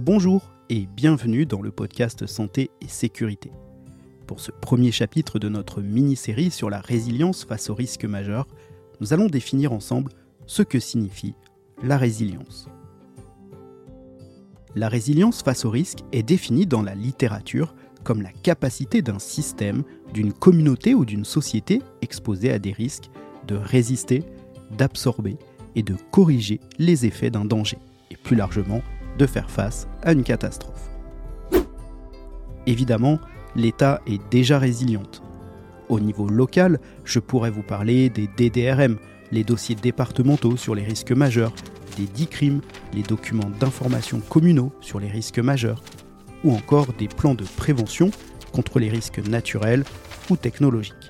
Bonjour et bienvenue dans le podcast Santé et Sécurité. Pour ce premier chapitre de notre mini-série sur la résilience face aux risques majeurs, nous allons définir ensemble ce que signifie la résilience. La résilience face aux risques est définie dans la littérature comme la capacité d'un système, d'une communauté ou d'une société exposée à des risques de résister, d'absorber et de corriger les effets d'un danger, et plus largement, de faire face à une catastrophe. Évidemment, l'État est déjà résiliente. Au niveau local, je pourrais vous parler des DDRM, les dossiers départementaux sur les risques majeurs, des DICRIM, les documents d'information communaux sur les risques majeurs, ou encore des plans de prévention contre les risques naturels ou technologiques.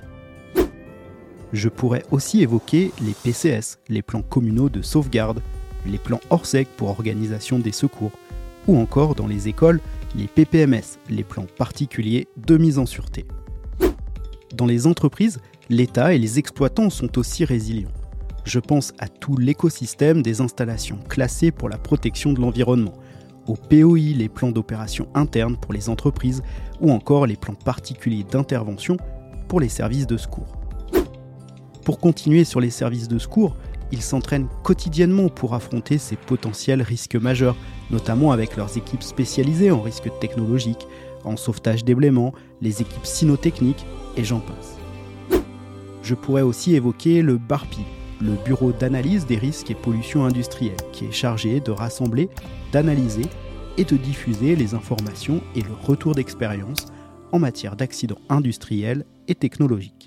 Je pourrais aussi évoquer les PCS, les plans communaux de sauvegarde, les plans Orsec pour organisation des secours, ou encore dans les écoles, les PPMS, les plans particuliers de mise en sûreté. Dans les entreprises, l'État et les exploitants sont aussi résilients. Je pense à tout l'écosystème des installations classées pour la protection de l'environnement, aux POI, les plans d'opération interne pour les entreprises, ou encore les plans particuliers d'intervention pour les services de secours. Pour continuer sur les services de secours, ils s'entraînent quotidiennement pour affronter ces potentiels risques majeurs, notamment avec leurs équipes spécialisées en risques technologiques, en sauvetage d'ébléments, les équipes cynotechniques, et j'en passe. Je pourrais aussi évoquer le BARPI, le Bureau d'analyse des risques et pollutions industrielles, qui est chargé de rassembler, d'analyser et de diffuser les informations et le retour d'expérience en matière d'accidents industriels et technologiques.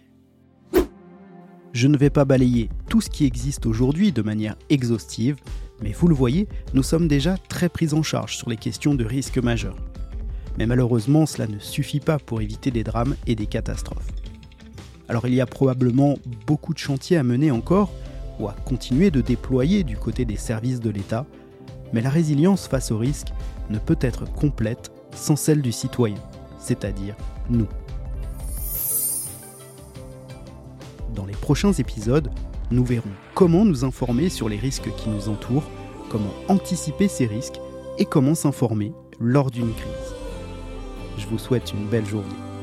Je ne vais pas balayer tout ce qui existe aujourd'hui de manière exhaustive, mais vous le voyez, nous sommes déjà très pris en charge sur les questions de risques majeurs. Mais malheureusement, cela ne suffit pas pour éviter des drames et des catastrophes. Alors il y a probablement beaucoup de chantiers à mener encore, ou à continuer de déployer du côté des services de l'État, mais la résilience face aux risques ne peut être complète sans celle du citoyen, c'est-à-dire nous. Dans les prochains épisodes, nous verrons comment nous informer sur les risques qui nous entourent, comment anticiper ces risques et comment s'informer lors d'une crise. Je vous souhaite une belle journée.